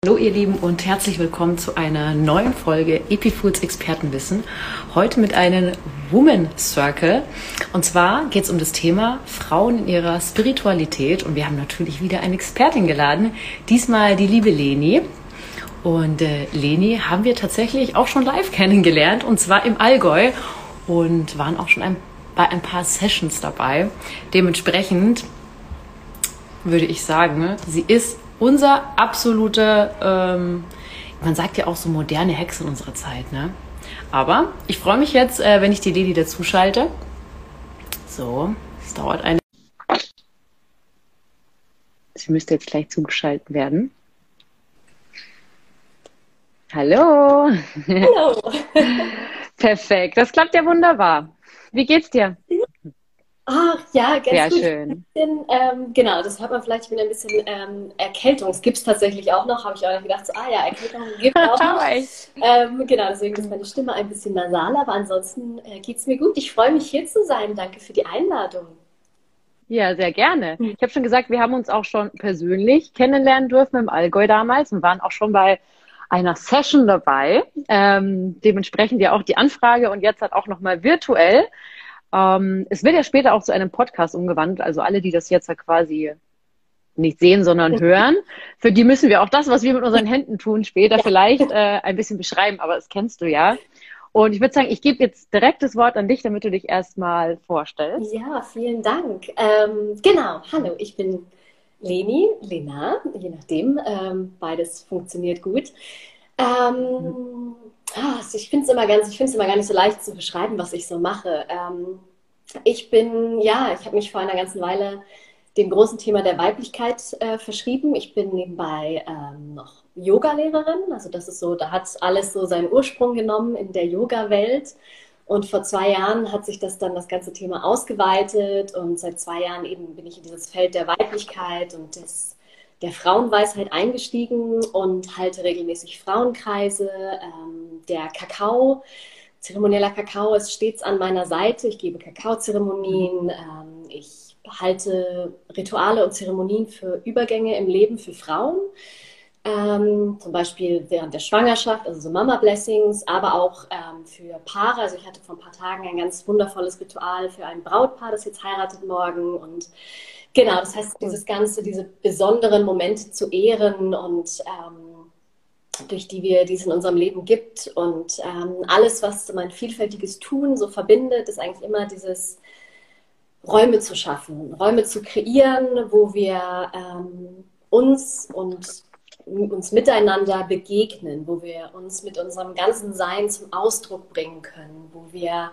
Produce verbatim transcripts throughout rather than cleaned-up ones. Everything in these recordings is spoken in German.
Hallo ihr Lieben und herzlich willkommen zu einer neuen Folge Epifoods Expertenwissen. Heute mit einem Woman Circle. Und zwar geht es um das Thema Frauen in ihrer Spiritualität. Und wir haben natürlich wieder eine Expertin geladen, diesmal die liebe Leni. Und äh, Leni haben wir tatsächlich auch schon live kennengelernt, und zwar im Allgäu. Und waren auch schon ein, bei ein paar Sessions dabei. Dementsprechend würde ich sagen, sie ist unser absoluter, ähm, man sagt ja auch so moderne Hexe in unserer Zeit, ne? Aber ich freue mich jetzt, äh, wenn ich die Leni dazu schalte. So, es dauert eine... Sie müsste jetzt gleich zugeschaltet werden. Hallo! Hallo! Perfekt, das klappt ja wunderbar. Wie geht's dir? Ach ja, ganz Sehr gut. schön. Bisschen, ähm, genau, das hört man vielleicht, ich bin ein bisschen ähm, Erkältung. Es gibt es tatsächlich auch noch, habe ich auch noch gedacht, so, ah ja, Erkältung gibt es auch noch. ähm, genau, deswegen ist meine Stimme ein bisschen nasal, aber ansonsten äh, geht es mir gut. Ich freue mich, hier zu sein. Danke für die Einladung. Ja, sehr gerne. Ich habe schon gesagt, wir haben uns auch schon persönlich kennenlernen dürfen im Allgäu damals und waren auch schon bei einer Session dabei. Ähm, dementsprechend ja auch die Anfrage und jetzt halt auch nochmal virtuell. Ähm, es wird ja später auch zu einem Podcast umgewandelt, also alle, die das jetzt ja quasi nicht sehen, sondern hören, für die müssen wir auch das, was wir mit unseren Händen tun, später Ja. vielleicht äh, ein bisschen beschreiben, aber das kennst du ja. Und ich würde sagen, ich gebe jetzt direkt das Wort an dich, damit du dich erstmal vorstellst. Ja, vielen Dank. Ähm, genau, hallo, ich bin Leni, Lena, je nachdem, ähm, beides funktioniert gut. Ähm, ah, ich finde es immer ganz, ich finde es immer gar nicht so leicht zu beschreiben, was ich so mache. Ähm, ich bin, ja, ich habe mich vor einer ganzen Weile dem großen Thema der Weiblichkeit äh, verschrieben. Ich bin nebenbei ähm, noch Yoga-Lehrerin. Also das ist so, da hat alles so seinen Ursprung genommen in der Yoga-Welt. Und vor zwei Jahren hat sich das dann das ganze Thema ausgeweitet und seit zwei Jahren eben bin ich in dieses Feld der Weiblichkeit und des, der Frauenweisheit eingestiegen und halte regelmäßig Frauenkreise. Ähm, der Kakao, zeremonieller Kakao ist stets an meiner Seite. Ich gebe Kakaozeremonien, ähm, ich halte Rituale und Zeremonien für Übergänge im Leben für Frauen. Ähm, zum Beispiel während der Schwangerschaft, also so Mama-Blessings, aber auch ähm, für Paare. Also ich hatte vor ein paar Tagen ein ganz wundervolles Ritual für ein Brautpaar, das jetzt heiratet morgen. Und genau, das heißt, dieses Ganze, diese besonderen Momente zu ehren und ähm, durch die wir, die es in unserem Leben gibt. Und ähm, alles, was mein vielfältiges Tun so verbindet, ist eigentlich immer dieses Räume zu schaffen, Räume zu kreieren, wo wir ähm, uns und uns miteinander begegnen, wo wir uns mit unserem ganzen Sein zum Ausdruck bringen können, wo wir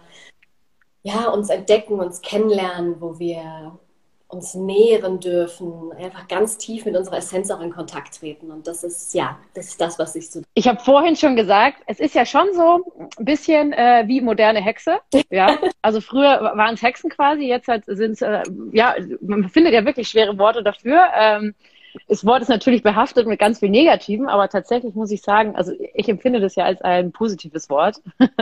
ja, uns entdecken, uns kennenlernen, wo wir uns nähren dürfen, einfach ganz tief mit unserer Essenz auch in Kontakt treten. Und das ist, ja, das ist das, was ich so... Ich habe vorhin schon gesagt, es ist ja schon so ein bisschen äh, wie moderne Hexe. Ja, also früher waren es Hexen quasi, jetzt halt sind es, äh, ja, man findet ja wirklich schwere Worte dafür. Ähm, Das Wort ist natürlich behaftet mit ganz viel Negativen, aber tatsächlich muss ich sagen, also ich empfinde das ja als ein positives Wort.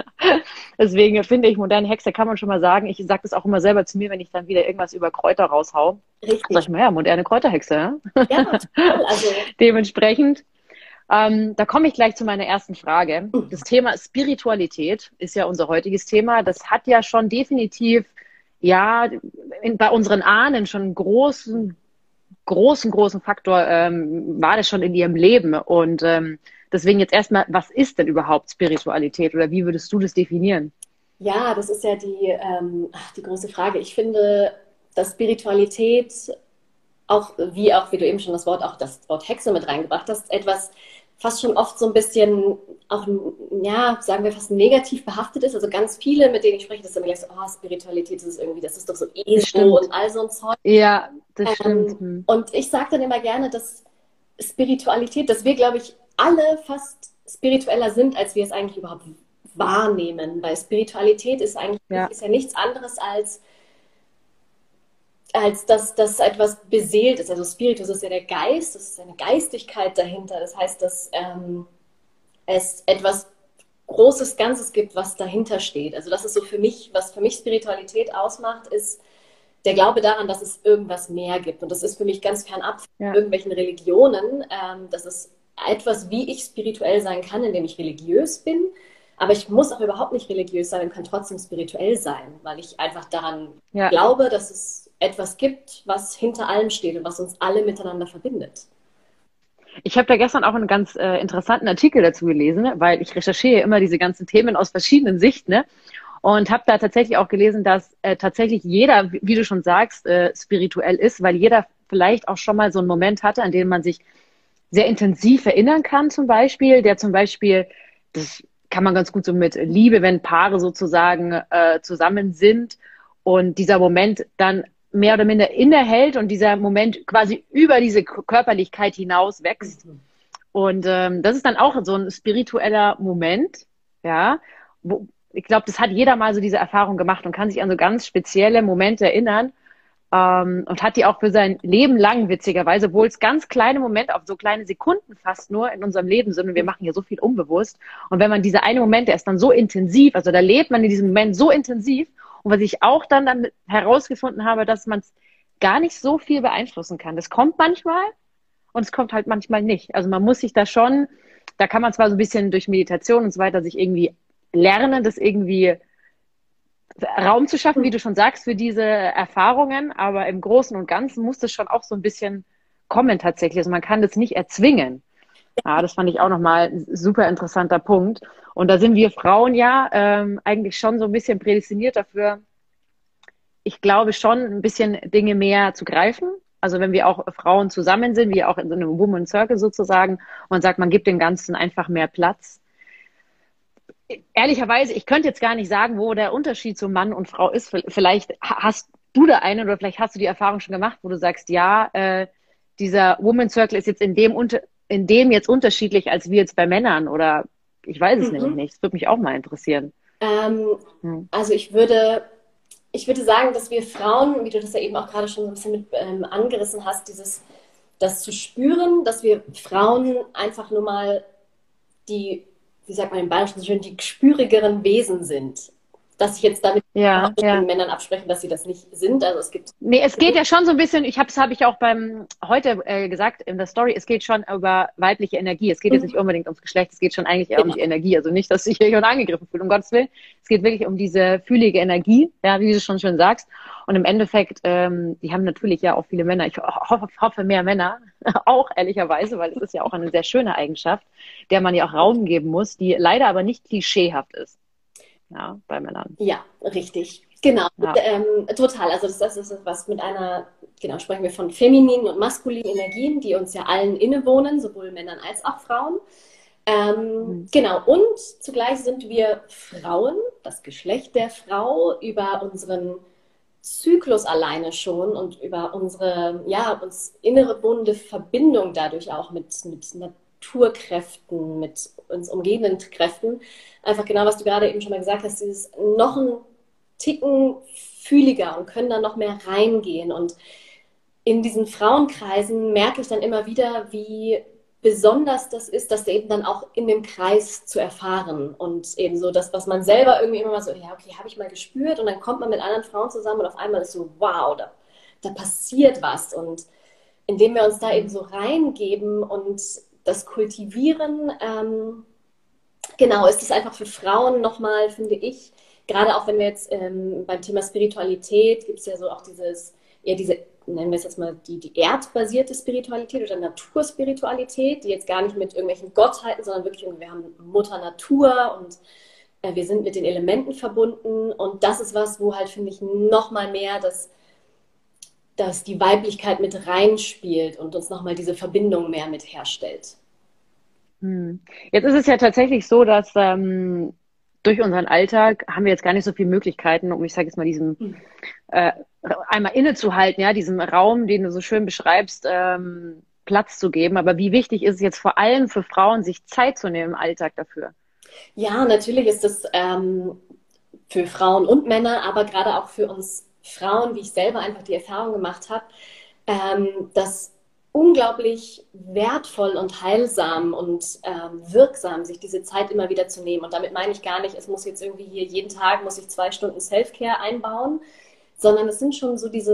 Deswegen finde ich, moderne Hexe kann man schon mal sagen. Ich sage das auch immer selber zu mir, wenn ich dann wieder irgendwas über Kräuter raushau. Richtig. Sag ich mal, ja, moderne Kräuterhexe. Ja, ja total. Also dementsprechend, ähm, da komme ich gleich zu meiner ersten Frage. Das Thema Spiritualität ist ja unser heutiges Thema. Das hat ja schon definitiv, ja, in, bei unseren Ahnen schon einen großen großen, großen Faktor ähm, war das schon in ihrem Leben. Und ähm, deswegen jetzt erstmal, was ist denn überhaupt Spiritualität oder wie würdest du das definieren? Ja, das ist ja die, ähm, die große Frage. Ich finde, dass Spiritualität, auch wie auch, wie du eben schon das Wort, auch das Wort Hexe mit reingebracht hast, etwas fast schon oft so ein bisschen auch, ja, sagen wir fast negativ behaftet ist. Also ganz viele, mit denen ich spreche, das ist immer gleich so, oh, Spiritualität ist irgendwie, das ist doch so Ego und all so ein Zeug. Ja, das stimmt. Ähm, und ich sage dann immer gerne, dass Spiritualität, dass wir, glaube ich, alle fast spiritueller sind, als wir es eigentlich überhaupt wahrnehmen. Weil Spiritualität ist eigentlich Ja. ist ja nichts anderes als als dass das etwas beseelt ist. Also Spiritus ist ja der Geist, das ist eine Geistigkeit dahinter. Das heißt, dass ähm, es etwas Großes Ganzes gibt, was dahinter steht. Also das ist so für mich, was für mich Spiritualität ausmacht, ist der Glaube daran, dass es irgendwas mehr gibt. Und das ist für mich ganz fernab von Ja. irgendwelchen Religionen. Ähm, das ist etwas, wie ich spirituell sein kann, indem ich religiös bin. Aber ich muss auch überhaupt nicht religiös sein und kann trotzdem spirituell sein, weil ich einfach daran Ja. glaube, dass es etwas gibt, was hinter allem steht und was uns alle miteinander verbindet. Ich habe da gestern auch einen ganz äh, interessanten Artikel dazu gelesen, ne? Weil ich recherchiere immer diese ganzen Themen aus verschiedenen Sichten, ne? Und habe da tatsächlich auch gelesen, dass äh, tatsächlich jeder, wie du schon sagst, äh, spirituell ist, weil jeder vielleicht auch schon mal so einen Moment hatte, an den man sich sehr intensiv erinnern kann, zum Beispiel, der zum Beispiel, das kann man ganz gut so mit Liebe, wenn Paare sozusagen äh, zusammen sind und dieser Moment dann mehr oder minder innehält und dieser Moment quasi über diese Körperlichkeit hinaus wächst. Mhm. Und ähm, das ist dann auch so ein spiritueller Moment, ja, wo ich glaube, das hat jeder mal so diese Erfahrung gemacht und kann sich an so ganz spezielle Momente erinnern, ähm, und hat die auch für sein Leben lang, witzigerweise, obwohl es ganz kleine Momente, auf so kleine Sekunden fast nur in unserem Leben sind und wir machen ja so viel unbewusst. Und wenn man diese eine Moment, der ist dann so intensiv, also da lebt man in diesem Moment so intensiv. Und was ich auch dann, dann herausgefunden habe, dass man es gar nicht so viel beeinflussen kann. Das kommt manchmal und es kommt halt manchmal nicht. Also man muss sich da schon, da kann man zwar so ein bisschen durch Meditation und so weiter sich irgendwie lernen, das irgendwie Raum zu schaffen, wie du schon sagst, für diese Erfahrungen, aber im Großen und Ganzen muss das schon auch so ein bisschen kommen tatsächlich. Also man kann das nicht erzwingen. Ja, das fand ich auch nochmal ein super interessanter Punkt. Und da sind wir Frauen ja ähm, eigentlich schon so ein bisschen prädestiniert dafür, ich glaube schon, ein bisschen Dinge mehr zu greifen. Also wenn wir auch Frauen zusammen sind, wie auch in so einem Woman Circle sozusagen, und sagt, man gibt dem Ganzen einfach mehr Platz. Ehrlicherweise, ich könnte jetzt gar nicht sagen, wo der Unterschied zu Mann und Frau ist. Vielleicht hast du da einen oder vielleicht hast du die Erfahrung schon gemacht, wo du sagst, ja, äh, dieser Woman Circle ist jetzt in dem, unter, in dem jetzt unterschiedlich als wir jetzt bei Männern oder ich weiß es Mhm. nämlich nicht. Das würde mich auch mal interessieren. Ähm, Hm. also ich würde, ich würde sagen, dass wir Frauen, wie du das ja eben auch gerade schon so ein bisschen mit ähm, angerissen hast, dieses, das zu spüren, dass wir Frauen einfach nur mal die, wie sagt man im Bayerischen so schön, die gespürigeren Wesen sind. Dass ich jetzt damit Ja, nicht den ja. Männern abspreche, dass sie das nicht sind. Also es gibt. Nee, es geht ja schon so ein bisschen, ich habe das habe ich auch beim heute äh, gesagt in der Story, es geht schon über weibliche Energie. Es geht jetzt nicht Mhm. unbedingt ums Geschlecht, es geht schon eigentlich eher um Genau. die Energie. Also nicht, dass ich hier jemand angegriffen fühle, um Gottes Willen. Es geht wirklich um diese fühlige Energie, ja, wie du schon schön sagst. Und im Endeffekt, ähm, die haben natürlich ja auch viele Männer. Ich hoffe, hoffe mehr Männer, auch ehrlicherweise, weil es ist ja auch eine sehr schöne Eigenschaft, der man ja auch Raum geben muss, die leider aber nicht klischeehaft ist, ja, bei Männern. Ja, richtig. Genau. Ja. Ähm, total. Also das, das ist was mit einer, genau, sprechen wir von femininen und maskulinen Energien, die uns ja allen innewohnen, sowohl Männern als auch Frauen. Ähm, Mhm. genau. Und zugleich sind wir Frauen, das Geschlecht der Frau, über unseren Zyklus alleine schon und über unsere, ja, uns innere wohnende Verbindung dadurch auch mit, mit Naturkräften, mit uns umgebenden Kräften. Einfach genau, was du gerade eben schon mal gesagt hast, dieses noch ein Ticken fühliger und können da noch mehr reingehen. Und in diesen Frauenkreisen merke ich dann immer wieder, wie besonders das ist, das eben dann auch in dem Kreis zu erfahren. Und eben so das, was man selber irgendwie immer mal so, ja, okay, habe ich mal gespürt. Und dann kommt man mit anderen Frauen zusammen und auf einmal ist so, wow, da, da passiert was. Und indem wir uns da eben so reingeben und das kultivieren, ähm, genau, ist es einfach für Frauen nochmal, finde ich, gerade auch wenn wir jetzt ähm, beim Thema Spiritualität, gibt es ja so auch dieses, eher diese, nennen wir es jetzt mal, die, die erdbasierte Spiritualität oder Naturspiritualität, die jetzt gar nicht mit irgendwelchen Gottheiten, sondern wirklich, wir haben Mutter Natur und äh, wir sind mit den Elementen verbunden und das ist was, wo halt, finde ich, nochmal mehr das, dass die Weiblichkeit mit reinspielt und uns nochmal diese Verbindung mehr mit herstellt. Hm. Jetzt ist es ja tatsächlich so, dass ähm, durch unseren Alltag haben wir jetzt gar nicht so viele Möglichkeiten, um, ich sage jetzt mal, diesem Mhm. äh, einmal innezuhalten, ja, diesem Raum, den du so schön beschreibst, ähm, Platz zu geben. Aber wie wichtig ist es jetzt vor allem für Frauen, sich Zeit zu nehmen im Alltag dafür? Ja, natürlich ist das ähm, für Frauen und Männer, aber gerade auch für uns Frauen, wie ich selber einfach die Erfahrung gemacht habe, ähm, dass unglaublich wertvoll und heilsam und ähm, wirksam, sich diese Zeit immer wieder zu nehmen. Und damit meine ich gar nicht, es muss jetzt irgendwie hier jeden Tag, muss ich zwei Stunden Self-Care einbauen, sondern es sind schon so diese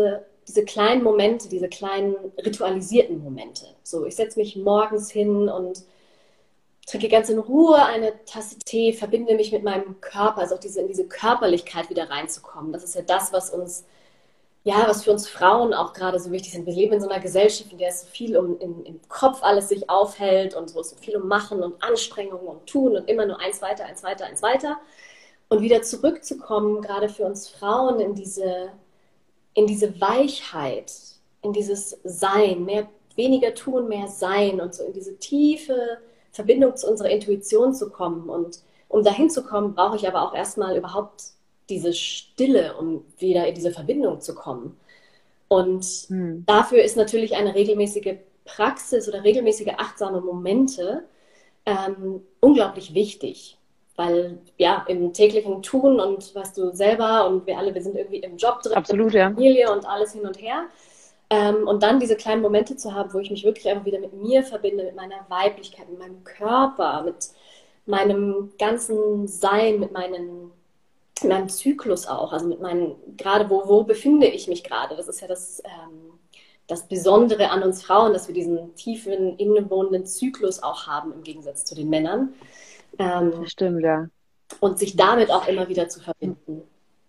diese kleinen Momente, diese kleinen ritualisierten Momente. So, ich setze mich morgens hin und trinke ganz in Ruhe eine Tasse Tee, verbinde mich mit meinem Körper, also auch diese, in diese Körperlichkeit wieder reinzukommen. Das ist ja das, was uns, ja, was für uns Frauen auch gerade so wichtig sind. Wir leben in so einer Gesellschaft, in der es so viel um in, im Kopf alles sich aufhält und wo es so viel um Machen und Anstrengungen und Tun und immer nur eins weiter, eins weiter, eins weiter. Und wieder zurückzukommen, gerade für uns Frauen, in diese, in diese Weichheit, in dieses Sein, mehr, weniger tun, mehr sein und so in diese tiefe Verbindung zu unserer Intuition zu kommen. Und um dahin zu kommen, brauche ich aber auch erstmal überhaupt diese Stille, um wieder in diese Verbindung zu kommen. Und hm. dafür ist natürlich eine regelmäßige Praxis oder regelmäßige achtsame Momente ähm, unglaublich wichtig. Weil ja, im täglichen Tun und weißt du selber und wir alle, wir sind irgendwie im Job drin, Absolut, in der ja. Familie und alles hin und her. Ähm, und dann diese kleinen Momente zu haben, wo ich mich wirklich einfach wieder mit mir verbinde, mit meiner Weiblichkeit, mit meinem Körper, mit meinem ganzen Sein, mit, meinen, mit meinem Zyklus auch, also mit meinen, gerade wo, wo befinde ich mich gerade? Das ist ja das, ähm, das Besondere an uns Frauen, dass wir diesen tiefen, innewohnenden Zyklus auch haben, im Gegensatz zu den Männern. Ähm, das stimmt, ja. Und sich damit auch immer wieder zu verbinden.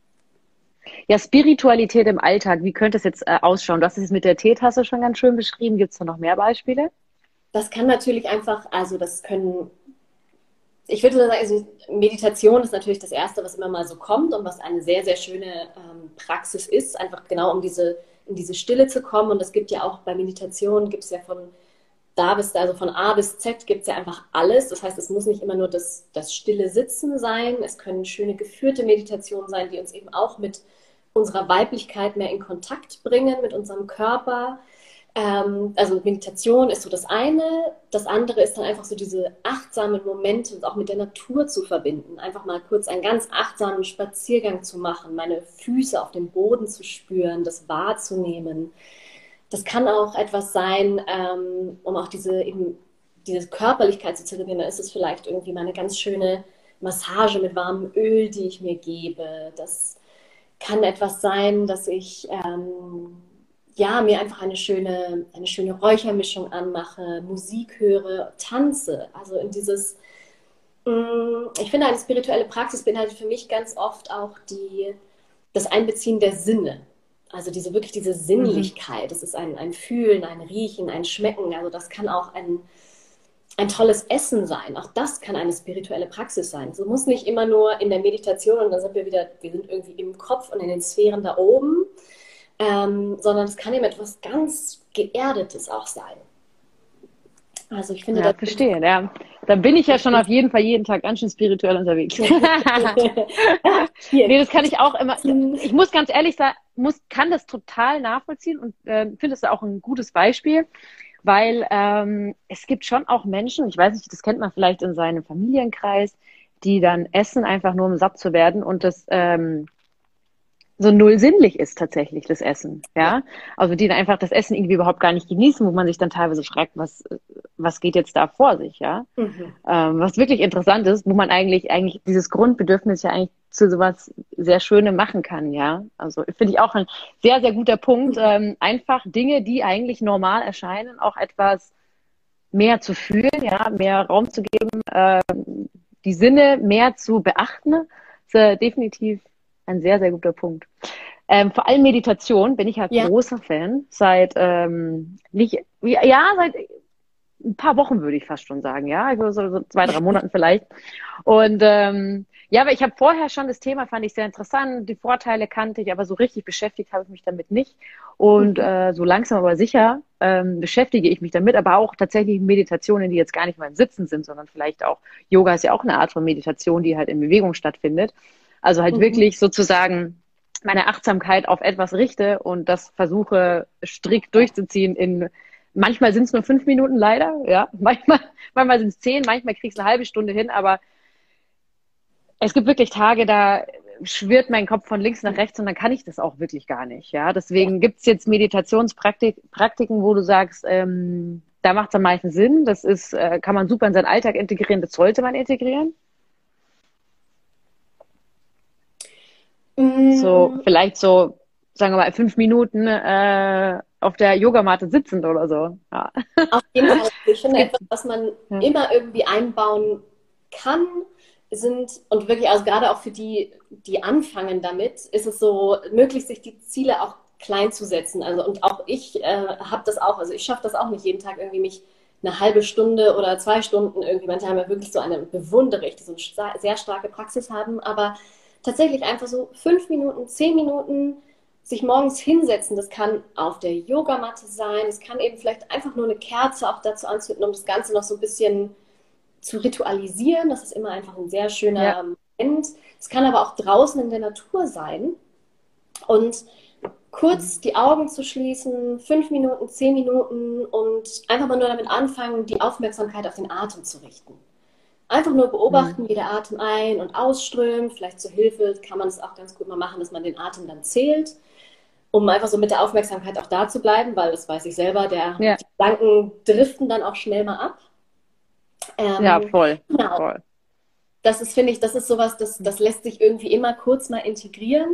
Ja, Spiritualität im Alltag, wie könnte es jetzt äh, ausschauen? Du hast es mit der Teetasse schon ganz schön beschrieben. Gibt es da noch mehr Beispiele? Das kann natürlich einfach, also das können, ich würde sagen, also Meditation ist natürlich das Erste, was immer mal so kommt und was eine sehr, sehr schöne ähm, Praxis ist, einfach genau um diese, in diese Stille zu kommen. Und es gibt ja auch bei Meditation, gibt es ja von da bis da, also von A bis Z gibt es ja einfach alles. Das heißt, es muss nicht immer nur das, das stille Sitzen sein. Es können schöne geführte Meditationen sein, die uns eben auch mit unserer Weiblichkeit mehr in Kontakt bringen, mit unserem Körper. Ähm, also Meditation ist so das eine. Das andere ist dann einfach so diese achtsamen Momente, uns auch mit der Natur zu verbinden. Einfach mal kurz einen ganz achtsamen Spaziergang zu machen, meine Füße auf dem Boden zu spüren, das wahrzunehmen. Das kann auch etwas sein, ähm, um auch diese, eben, diese Körperlichkeit zu zelebrieren. Da ist es vielleicht irgendwie mal eine ganz schöne Massage mit warmem Öl, die ich mir gebe. Das kann etwas sein, dass ich ähm, ja, mir einfach eine schöne, eine schöne Räuchermischung anmache, Musik höre, tanze. Also in dieses, mh, ich finde, eine spirituelle Praxis beinhaltet für mich ganz oft auch die, das Einbeziehen der Sinne. Also diese wirklich diese Sinnlichkeit, mhm. Das ist ein, ein Fühlen, ein Riechen, ein Schmecken, also das kann auch ein, ein tolles Essen sein. Auch das kann eine spirituelle Praxis sein. So muss nicht immer nur in der Meditation und dann sind wir wieder, wir sind irgendwie im Kopf und in den Sphären da oben, ähm, sondern es kann eben etwas ganz Geerdetes auch sein. Also ich finde, ja, das verstehe, ja. Da bin ich ja schon auf jeden Fall jeden Tag ganz schön spirituell unterwegs. Nee, das kann ich auch immer. Ich muss ganz ehrlich sagen, muss, kann das total nachvollziehen und äh, finde es auch ein gutes Beispiel, weil ähm, es gibt schon auch Menschen, ich weiß nicht, das kennt man vielleicht in seinem Familienkreis, die dann essen einfach nur, um satt zu werden und das ähm, so null sinnlich ist tatsächlich, das Essen, ja? ja. Also die dann einfach das Essen irgendwie überhaupt gar nicht genießen, wo man sich dann teilweise fragt, was, was geht jetzt da vor sich, ja? Mhm. Ähm, was wirklich interessant ist, wo man eigentlich, eigentlich dieses Grundbedürfnis ja eigentlich zu sowas sehr Schönem machen kann, ja? Also finde ich auch ein sehr, sehr guter Punkt, mhm. ähm, einfach Dinge, die eigentlich normal erscheinen, auch etwas mehr zu fühlen, ja, mehr Raum zu geben, äh, die Sinne mehr zu beachten, ist äh, definitiv ein sehr, sehr guter Punkt. Ähm, vor allem Meditation bin ich halt ja großer Fan. Seit, ähm, nicht, ja, seit ein paar Wochen würde ich fast schon sagen, ja, also so, so zwei, drei Monaten vielleicht. Und ähm, ja, aber ich habe vorher schon das Thema, fand ich sehr interessant, die Vorteile kannte ich, aber so richtig beschäftigt habe ich mich damit nicht. Und mhm. äh, so langsam aber sicher ähm, beschäftige ich mich damit, aber auch tatsächlich Meditationen, die jetzt gar nicht mal im Sitzen sind, sondern vielleicht auch, Yoga ist ja auch eine Art von Meditation, die halt in Bewegung stattfindet. Also halt mhm. wirklich sozusagen meine Achtsamkeit auf etwas richte und das versuche strikt durchzuziehen in, manchmal sind es nur fünf Minuten leider, ja, manchmal, manchmal sind es zehn, manchmal kriegst du eine halbe Stunde hin, aber es gibt wirklich Tage, da schwirrt mein Kopf von links nach rechts und dann kann ich das auch wirklich gar nicht, ja. Deswegen ja. gibt es jetzt Meditationspraktiken, wo du sagst, ähm, da macht es am meisten Sinn, das ist, äh, kann man super in seinen Alltag integrieren, das sollte man integrieren. So, vielleicht so sagen wir mal, fünf Minuten äh, auf der Yogamatte sitzend oder so. Ja. Auf jeden Fall. Ich finde, etwas, was man Ja. immer irgendwie einbauen kann, sind, und wirklich, also gerade auch für die, die anfangen damit, ist es so möglich, sich die Ziele auch klein zu setzen. Also, und auch ich äh, habe das auch, also ich schaffe das auch nicht jeden Tag irgendwie mich eine halbe Stunde oder zwei Stunden irgendwie, manche haben ja wirklich so eine, bewundere ich, die so eine sehr starke Praxis haben, aber tatsächlich einfach so fünf Minuten, zehn Minuten sich morgens hinsetzen. Das kann auf der Yogamatte sein, es kann eben vielleicht einfach nur eine Kerze auch dazu anzünden, um das Ganze noch so ein bisschen zu ritualisieren. Das ist immer einfach ein sehr Ja. schöner Moment. Es kann aber auch draußen in der Natur sein und kurz die Augen zu schließen, fünf Minuten, zehn Minuten und einfach mal nur damit anfangen, die Aufmerksamkeit auf den Atem zu richten. Einfach nur Mhm. beobachten, wie der Atem ein- und ausströmt. Vielleicht zur Hilfe kann man es auch ganz gut mal machen, dass man den Atem dann zählt, um einfach so mit der Aufmerksamkeit auch da zu bleiben, weil das weiß ich selber, der, Ja, die Gedanken driften dann auch schnell mal ab. ja, Ähm, voll, genau, voll. das ist, finde ich, das ist sowas, das, das lässt sich irgendwie immer kurz mal integrieren.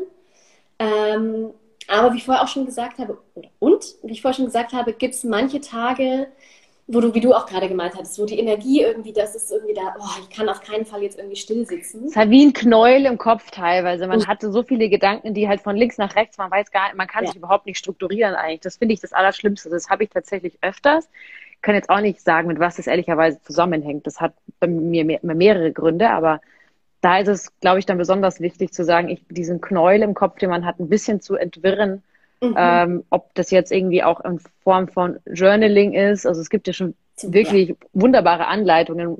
Ähm, aber wie ich vorher auch schon gesagt habe, und wie ich vorher schon gesagt habe, gibt es manche Tage, wo du, wie du auch gerade gemeint hattest, wo die Energie irgendwie, das ist irgendwie da, oh, ich kann auf keinen Fall jetzt irgendwie still Es ist sitzen. halt wie ein Knäuel im Kopf teilweise. Man hatte so viele Gedanken, die halt von links nach rechts, man weiß gar nicht, man kann Ja, sich überhaupt nicht strukturieren eigentlich. Das finde ich das Allerschlimmste. Das habe ich tatsächlich öfters. Ich kann jetzt auch nicht sagen, mit was das ehrlicherweise zusammenhängt. Das hat bei mir mehr, mehrere Gründe, aber da ist es, glaube ich, dann besonders wichtig zu sagen, ich, diesen Knäuel im Kopf, den man hat, ein bisschen zu entwirren, mhm. ähm, ob das jetzt irgendwie auch in Form von Journaling ist. Also es gibt ja schon Ja, wirklich wunderbare Anleitungen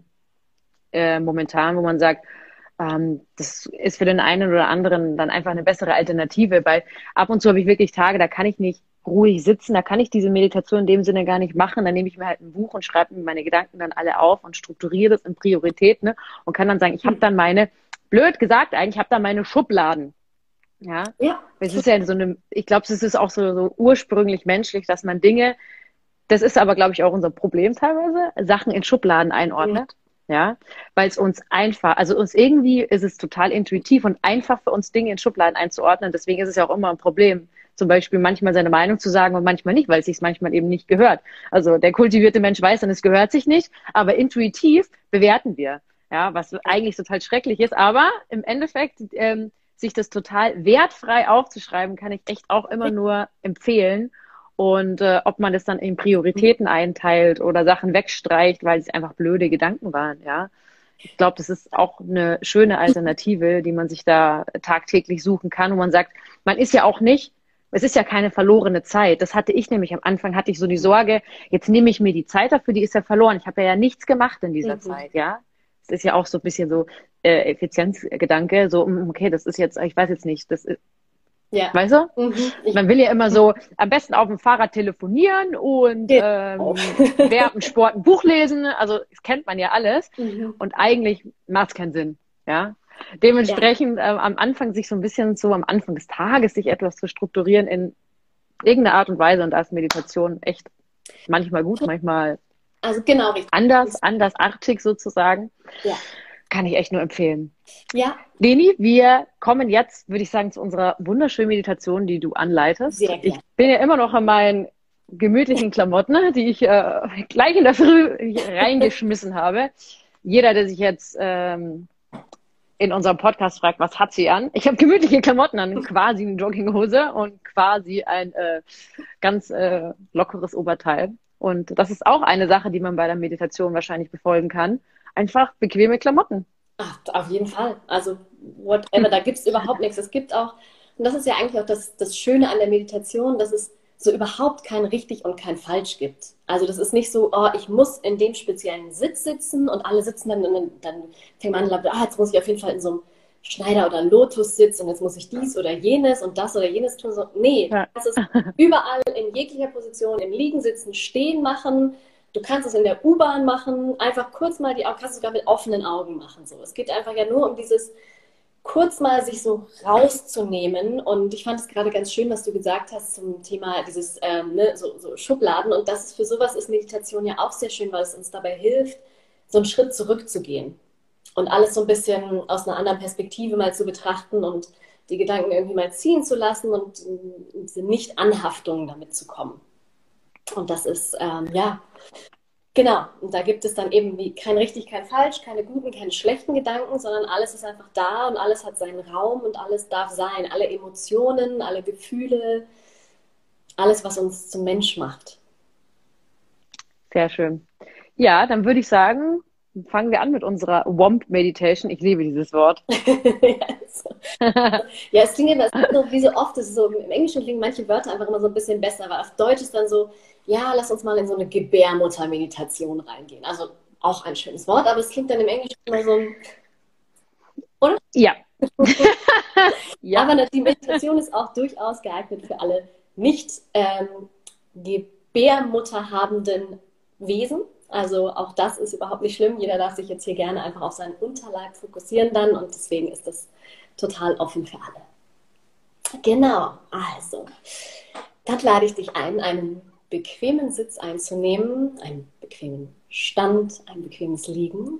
äh, momentan, wo man sagt, ähm, das ist für den einen oder anderen dann einfach eine bessere Alternative, weil ab und zu habe ich wirklich Tage, da kann ich nicht ruhig sitzen, da kann ich diese Meditation in dem Sinne gar nicht machen. Dann nehme ich mir halt ein Buch und schreibe mir meine Gedanken dann alle auf und strukturiere das in Priorität, ne? Und kann dann sagen, ich habe dann meine, blöd gesagt eigentlich, ich habe dann meine Schubladen. Ja, ja, es ist ja so eine, ich glaube, es ist auch so, so ursprünglich menschlich, dass man Dinge, das ist aber, glaube ich, auch unser Problem teilweise, Sachen in Schubladen einordnet. Ja, weil es uns einfach, also uns irgendwie ist es total intuitiv und einfach für uns Dinge in Schubladen einzuordnen. Deswegen ist es ja auch immer ein Problem, zum Beispiel manchmal seine Meinung zu sagen und manchmal nicht, weil es sich manchmal eben nicht gehört. Also der kultivierte Mensch weiß dann, es gehört sich nicht, aber intuitiv bewerten wir. Ja, was eigentlich total schrecklich ist. Aber im Endeffekt, ähm, sich das total wertfrei aufzuschreiben, kann ich echt auch immer nur empfehlen. Und äh, ob man das dann in Prioritäten einteilt oder Sachen wegstreicht, weil es einfach blöde Gedanken waren, ja. Ich glaube, das ist auch eine schöne Alternative, die man sich da tagtäglich suchen kann. Und man sagt, man ist ja auch nicht, es ist ja keine verlorene Zeit. Das hatte ich nämlich am Anfang, hatte ich so die Sorge, jetzt nehme ich mir die Zeit dafür, die ist ja verloren. Ich habe ja nichts gemacht in dieser mhm. Zeit, ja. Das ist ja auch so ein bisschen so äh, Effizienzgedanke, so, mm, okay, das ist jetzt, ich weiß jetzt nicht, das ist, Ja, weißt du? mhm. Ich, Man will ja immer so am besten auf dem Fahrrad telefonieren und genau. ähm, während dem Sport ein Buch lesen. Also das kennt man ja alles. Mhm. Und eigentlich macht es keinen Sinn. Ja. Ja, Dementsprechend ähm, am Anfang sich so ein bisschen so am Anfang des Tages sich etwas zu strukturieren in irgendeiner Art und Weise. Und da ist Meditation echt manchmal gut, manchmal also genau richtig. anders, andersartig sozusagen. Ja, Kann ich echt nur empfehlen. ja, Leni, wir kommen jetzt, würde ich sagen, zu unserer wunderschönen Meditation, die du anleitest. sehr Ich gerne. bin ja immer noch in meinen gemütlichen Klamotten, die ich äh, gleich in der Früh reingeschmissen habe. Jeder, der sich jetzt ähm, in unserem Podcast fragt, was hat sie an? Ich habe gemütliche Klamotten an, quasi eine Jogginghose und quasi ein äh, ganz äh, lockeres Oberteil. Und das ist auch eine Sache, die man bei der Meditation wahrscheinlich befolgen kann. Einfach bequeme Klamotten. Ach, auf jeden Fall. Also, whatever, da gibt es überhaupt nichts. Es gibt auch, und das ist ja eigentlich auch das, das Schöne an der Meditation, dass es so überhaupt kein richtig und kein falsch gibt. Also, das ist nicht so, oh, ich muss in dem speziellen Sitz sitzen und alle sitzen dann, und dann, dann fängt man an, ah, jetzt muss ich auf jeden Fall in so einem Schneider- oder Lotus-Sitz und jetzt muss ich dies oder jenes und das oder jenes tun. So, nee, Ja. das ist überall in jeglicher Position, im Liegen, Sitzen, Stehen machen. Du kannst es in der U-Bahn machen, einfach kurz mal die Augen, kannst du sogar mit offenen Augen machen. So. Es geht einfach ja nur um dieses kurz mal sich so rauszunehmen. Und ich fand es gerade ganz schön, was du gesagt hast zum Thema dieses ähm, ne, so, so Schubladen. Und das ist für sowas ist Meditation ja auch sehr schön, weil es uns dabei hilft, so einen Schritt zurückzugehen und alles so ein bisschen aus einer anderen Perspektive mal zu betrachten und die Gedanken irgendwie mal ziehen zu lassen und in diese Nicht-Anhaftung damit zu kommen. Und das ist, ähm, ja, genau. Und da gibt es dann eben wie kein richtig, kein falsch, keine guten, keine schlechten Gedanken, sondern alles ist einfach da und alles hat seinen Raum und alles darf sein. Alle Emotionen, alle Gefühle, alles, was uns zum Mensch macht. Sehr schön. Ja, dann würde ich sagen, fangen wir an mit unserer Womp Meditation. Ich liebe dieses Wort. Ja, so. Ja, es klingt immer so, wie so oft, es ist so, im Englischen klingen manche Wörter einfach immer so ein bisschen besser, aber auf Deutsch ist dann so, ja, lass uns mal in so eine Gebärmutter-Meditation reingehen. Also auch ein schönes Wort, aber es klingt dann im Englischen immer so, oder? Ja. Ja. Aber die Meditation ist auch durchaus geeignet für alle nicht ähm, Gebärmutter habenden Wesen. Also auch das ist überhaupt nicht schlimm. Jeder darf sich jetzt hier gerne einfach auf seinen Unterleib fokussieren dann und deswegen ist das total offen für alle. Genau, also, dann lade ich dich ein, einen bequemen Sitz einzunehmen, einen bequemen Stand, ein bequemes Liegen,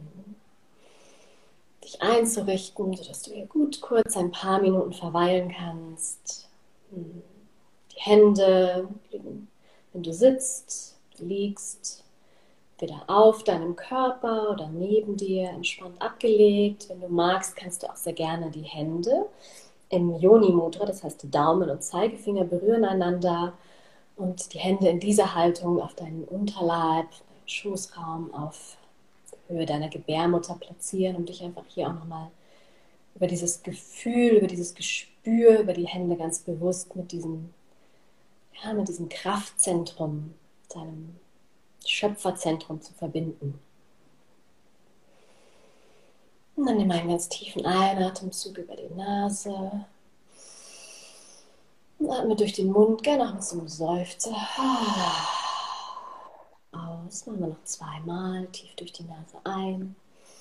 dich einzurichten, sodass du hier gut kurz ein paar Minuten verweilen kannst. Die Hände, wenn du sitzt, du liegst, wieder auf deinem Körper oder neben dir entspannt abgelegt. Wenn du magst, kannst du auch sehr gerne die Hände im Yoni-Mudra, das heißt die Daumen und Zeigefinger berühren einander und die Hände in dieser Haltung auf deinen Unterleib, deinen Schoßraum auf Höhe deiner Gebärmutter platzieren, um dich einfach hier auch nochmal über dieses Gefühl, über dieses Gespür, über die Hände ganz bewusst mit diesem, ja, mit diesem Kraftzentrum, deinem Schöpferzentrum zu verbinden. Und dann nimm einen ganz tiefen Einatemzug über die Nase. Und atme durch den Mund, gerne auch mit so einem Seufzer. Aus. Machen wir noch zweimal. Tief durch die Nase ein.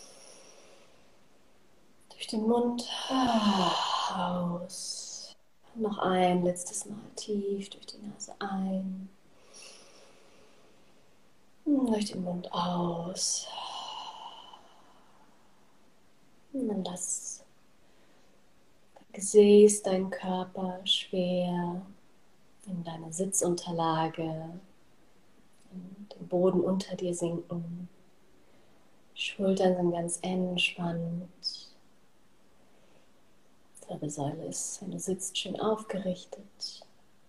Durch den Mund. Aus. Noch ein letztes Mal. Tief durch die Nase ein. Durch den Mund aus. Und dann lass dein Gesäß, dein Körper schwer in deine Sitzunterlage, in den Boden unter dir sinken. Schultern sind ganz entspannt. Die Wirbelsäule ist, wenn du sitzt, schön aufgerichtet.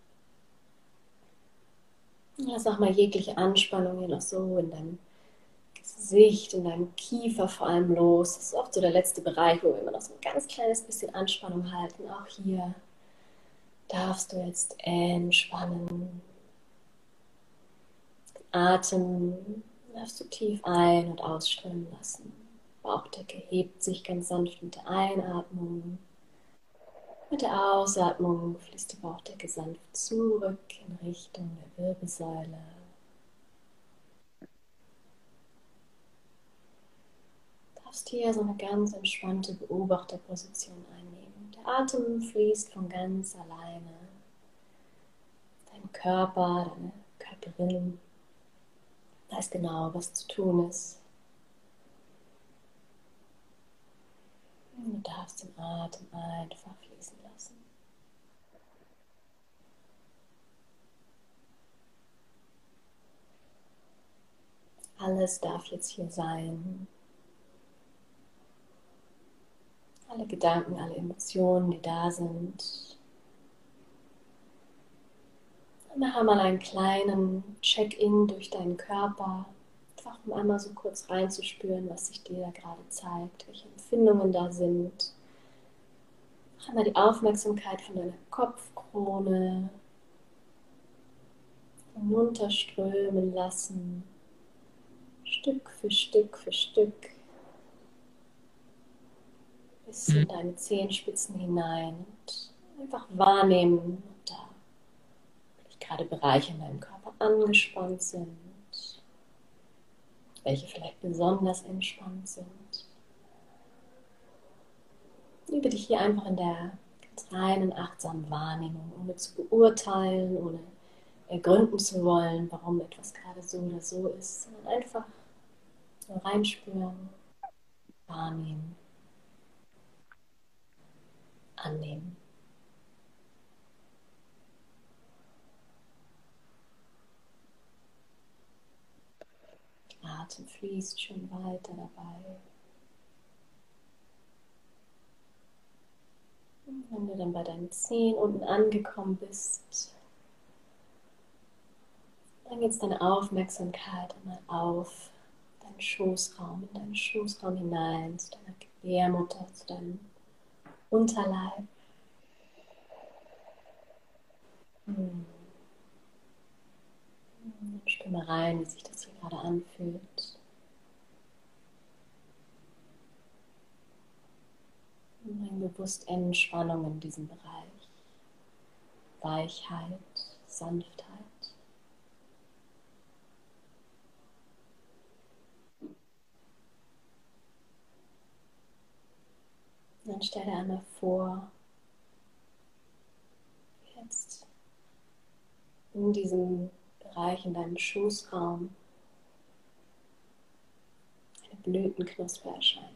Lass auch mal jegliche Anspannung hier noch so in deinem Gesicht, in deinem Kiefer vor allem los. Das ist oft so der letzte Bereich, wo wir immer noch so ein ganz kleines bisschen Anspannung halten. Auch hier darfst du jetzt entspannen. Atem darfst du tief ein- und ausströmen lassen. Bauchdecke hebt sich ganz sanft mit der Einatmung. Mit der Ausatmung fließt die Bauchdecke sanft zurück in Richtung der Wirbelsäule. Du darfst hier so eine ganz entspannte Beobachterposition einnehmen. Der Atem fließt von ganz alleine. Dein Körper, deine Körperin weiß genau, was zu tun ist. Du darfst den Atem einfach fließen lassen. Alles darf jetzt hier sein. Alle Gedanken, alle Emotionen, die da sind. Und mach mal einen kleinen Check-in durch deinen Körper. Einfach um einmal so kurz reinzuspüren, was sich dir da gerade zeigt, welche Empfindungen da sind. Mach einmal die Aufmerksamkeit von deiner Kopfkrone hinunterströmen lassen, Stück für Stück für Stück, bis in deine Zehenspitzen hinein und einfach wahrnehmen, ob da gerade Bereiche in deinem Körper angespannt sind, welche vielleicht besonders entspannt sind. Übe dich hier einfach in der ganz reinen, achtsamen Wahrnehmung, ohne zu beurteilen, ohne ergründen zu wollen, warum etwas gerade so oder so ist, sondern einfach nur reinspüren, wahrnehmen. annehmen. Der Atem fließt schön weiter dabei. Und wenn du dann bei deinen Zehen unten angekommen bist, bring jetzt deine Aufmerksamkeit einmal auf deinen Schoßraum, in deinen Schoßraum hinein, zu deiner Gebärmutter, zu deinem Unterleib. Hm. Spür mal rein, wie sich das hier gerade anfühlt. Und bring bewusst Entspannung in diesem Bereich. Weichheit, Sanftheit. Und dann stell dir einmal vor, jetzt in diesem Bereich, in deinem Schoßraum, eine Blütenknospe erscheint.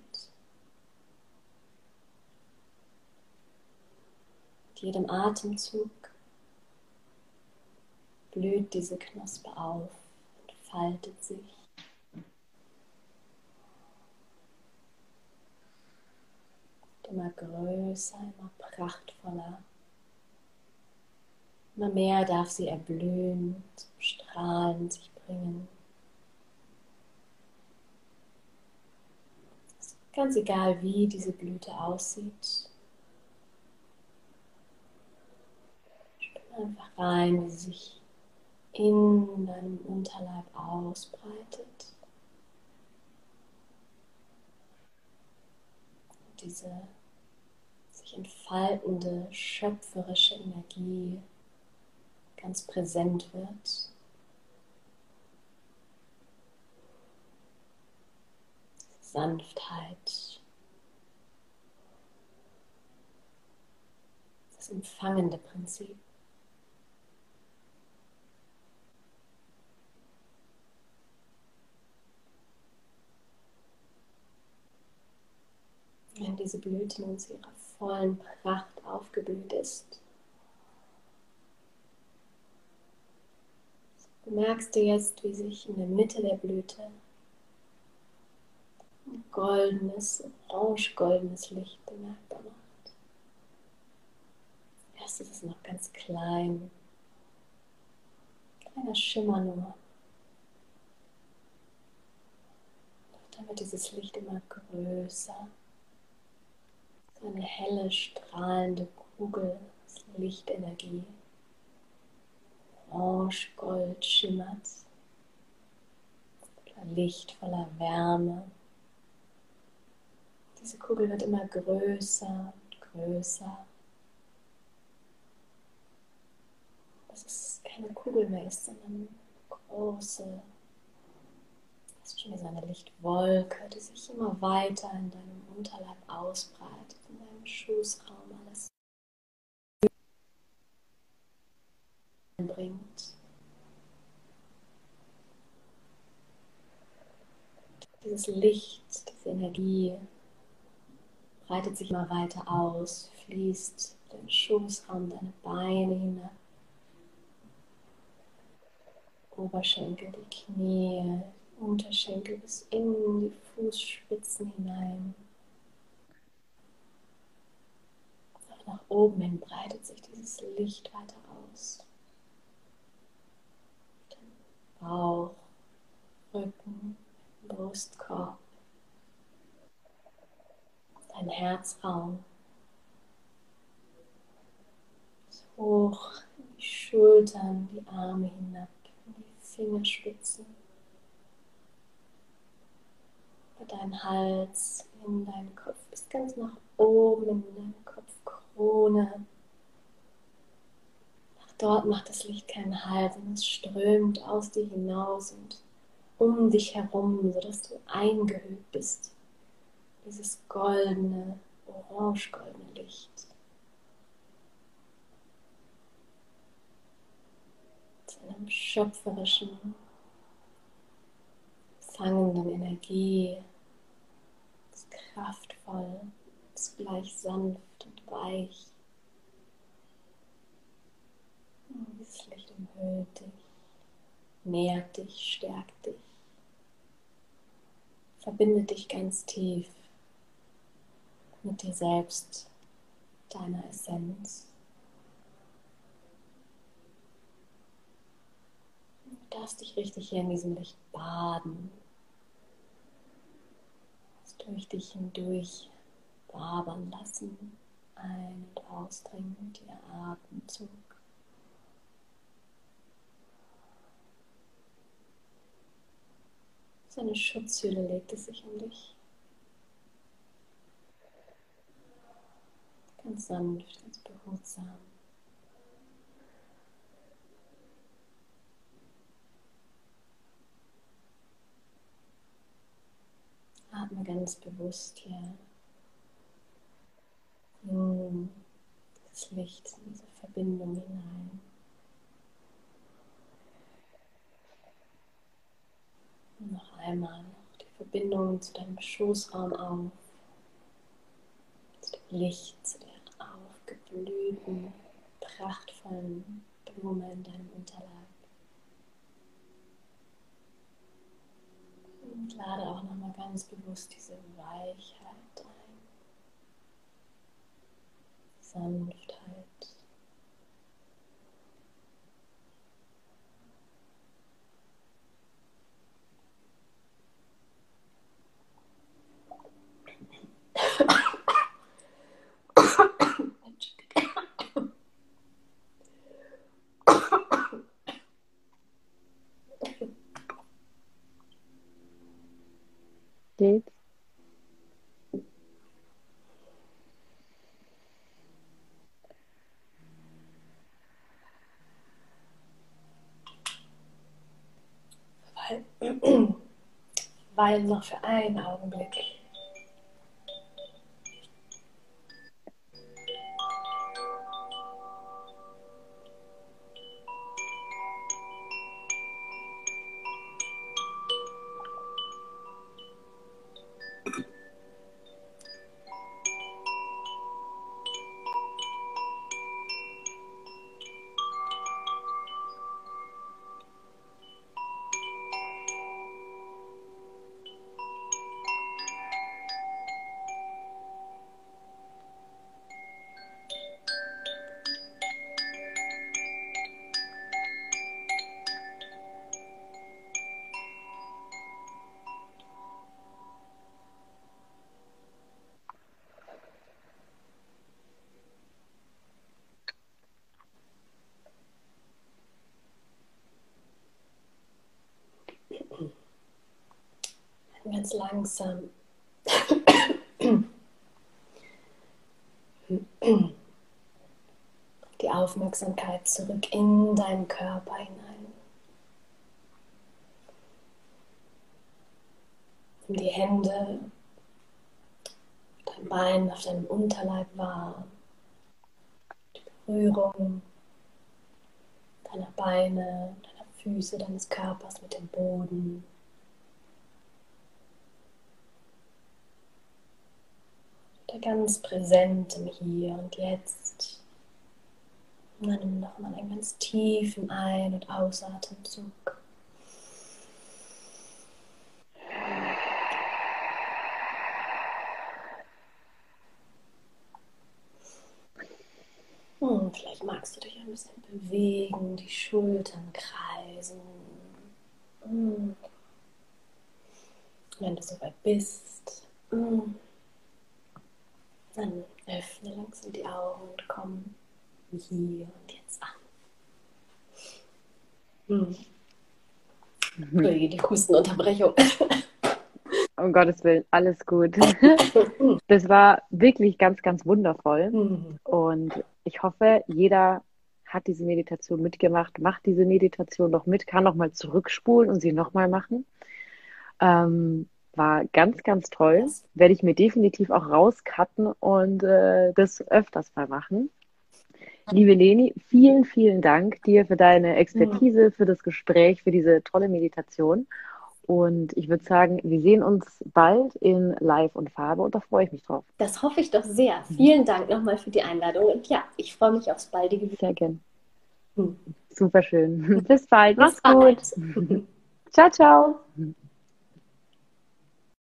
Mit jedem Atemzug blüht diese Knospe auf und faltet sich. Immer größer, immer prachtvoller. Immer mehr darf sie erblühen, zum Strahlen sich bringen. Es ist ganz egal, wie diese Blüte aussieht. Spür einfach rein, wie sie sich in deinem Unterleib ausbreitet. Und diese sich entfaltende, schöpferische Energie ganz präsent wird. Sanftheit, das empfangende Prinzip. Wenn diese Blüte nun zu ihrer vollen Pracht aufgeblüht ist, bemerkst du jetzt, wie sich in der Mitte der Blüte ein goldenes, orange-goldenes Licht bemerkbar macht. Erst ist es noch ganz klein, kleiner Schimmer nur. Doch dann wird dieses Licht immer größer. So eine helle, strahlende Kugel aus Lichtenergie. Orange-Gold schimmert. Voller Licht, voller Wärme. Diese Kugel wird immer größer und größer. Dass es keine Kugel mehr ist, sondern eine große, fast schon wie so eine Lichtwolke, die sich immer weiter in deinem Unterleib ausbreitet, in deinem Schoßraum alles bringt. Dieses Licht, diese Energie breitet sich immer weiter aus, fließt in den Schoßraum, deine Beine hinab, Oberschenkel, die Knie, Unterschenkel bis in die Fußspitzen hinein. Auch nach oben hin breitet sich dieses Licht weiter aus. Den Bauch, Rücken, Brustkorb, dein Herzraum. Bis hoch in die Schultern, die Arme hinab, in die Fingerspitzen. Über deinen Hals, in deinen Kopf, bis ganz nach oben in deine Kopfkrone. Nach dort macht das Licht keinen Halt, sondern es strömt aus dir hinaus und um dich herum, sodass du eingehüllt bist. Dieses goldene, orange-goldene Licht. Zu einem schöpferischen, fangenden Energie. Ist kraftvoll, ist gleich sanft. sanft und weich. Das Licht umhüllt dich, nährt dich, stärkt dich, verbindet dich ganz tief mit dir selbst, deiner Essenz. Du darfst dich richtig hier in diesem Licht baden, es durch dich hindurch wabern lassen, ein- und ausdringen mit jedem Atemzug. So eine Schutzhülle legt es sich um dich. Ganz sanft, ganz behutsam. Atme ganz bewusst hier in dieses Licht, in diese Verbindung hinein. Und noch einmal noch die Verbindung zu deinem Schoßraum auf, zu dem Licht, zu der aufgeblühten, prachtvollen Blume in deinem Unterleib. Und lade auch nochmal ganz bewusst diese Weichheit ein, Sanftheit. Geht's? Weil, weil noch für einen Augenblick ganz langsam die Aufmerksamkeit zurück in deinen Körper hinein. Nimm die Hände auf deinem Bein, auf deinem Unterleib wahr. Die Berührung deiner Beine, deiner Füße, deines Körpers mit dem Boden. Oder ganz präsent im Hier und Jetzt. Und dann nimm nochmal einen ganz tiefen Ein- und Ausatemzug. Hm, vielleicht magst du dich ein bisschen bewegen, die Schultern kreisen. Hm. Wenn du soweit bist, hm, dann öffne langsam die Augen und komm hier und jetzt an. Hm. Entschuldige, die Hustenunterbrechung. Um Gottes Willen, alles gut. Das war wirklich ganz, ganz wundervoll. Hm. Und ich hoffe, jeder hat diese Meditation mitgemacht, macht diese Meditation noch mit, kann noch mal zurückspulen und sie noch mal machen. Ähm, war ganz, ganz toll. Yes. Werde ich mir definitiv auch rauscutten und äh, das öfters mal machen. Liebe Leni, vielen, vielen Dank dir für deine Expertise, für das Gespräch, für diese tolle Meditation. Und ich würde sagen, wir sehen uns bald in Live und Farbe und da freue ich mich drauf. Das hoffe ich doch sehr. Vielen Dank nochmal für die Einladung. Und ja, ich freue mich aufs baldige Wiedersehen. Sehr gern. Hm. Super schön. Bis bald. Bis Mach's gut. bald. Ciao, ciao.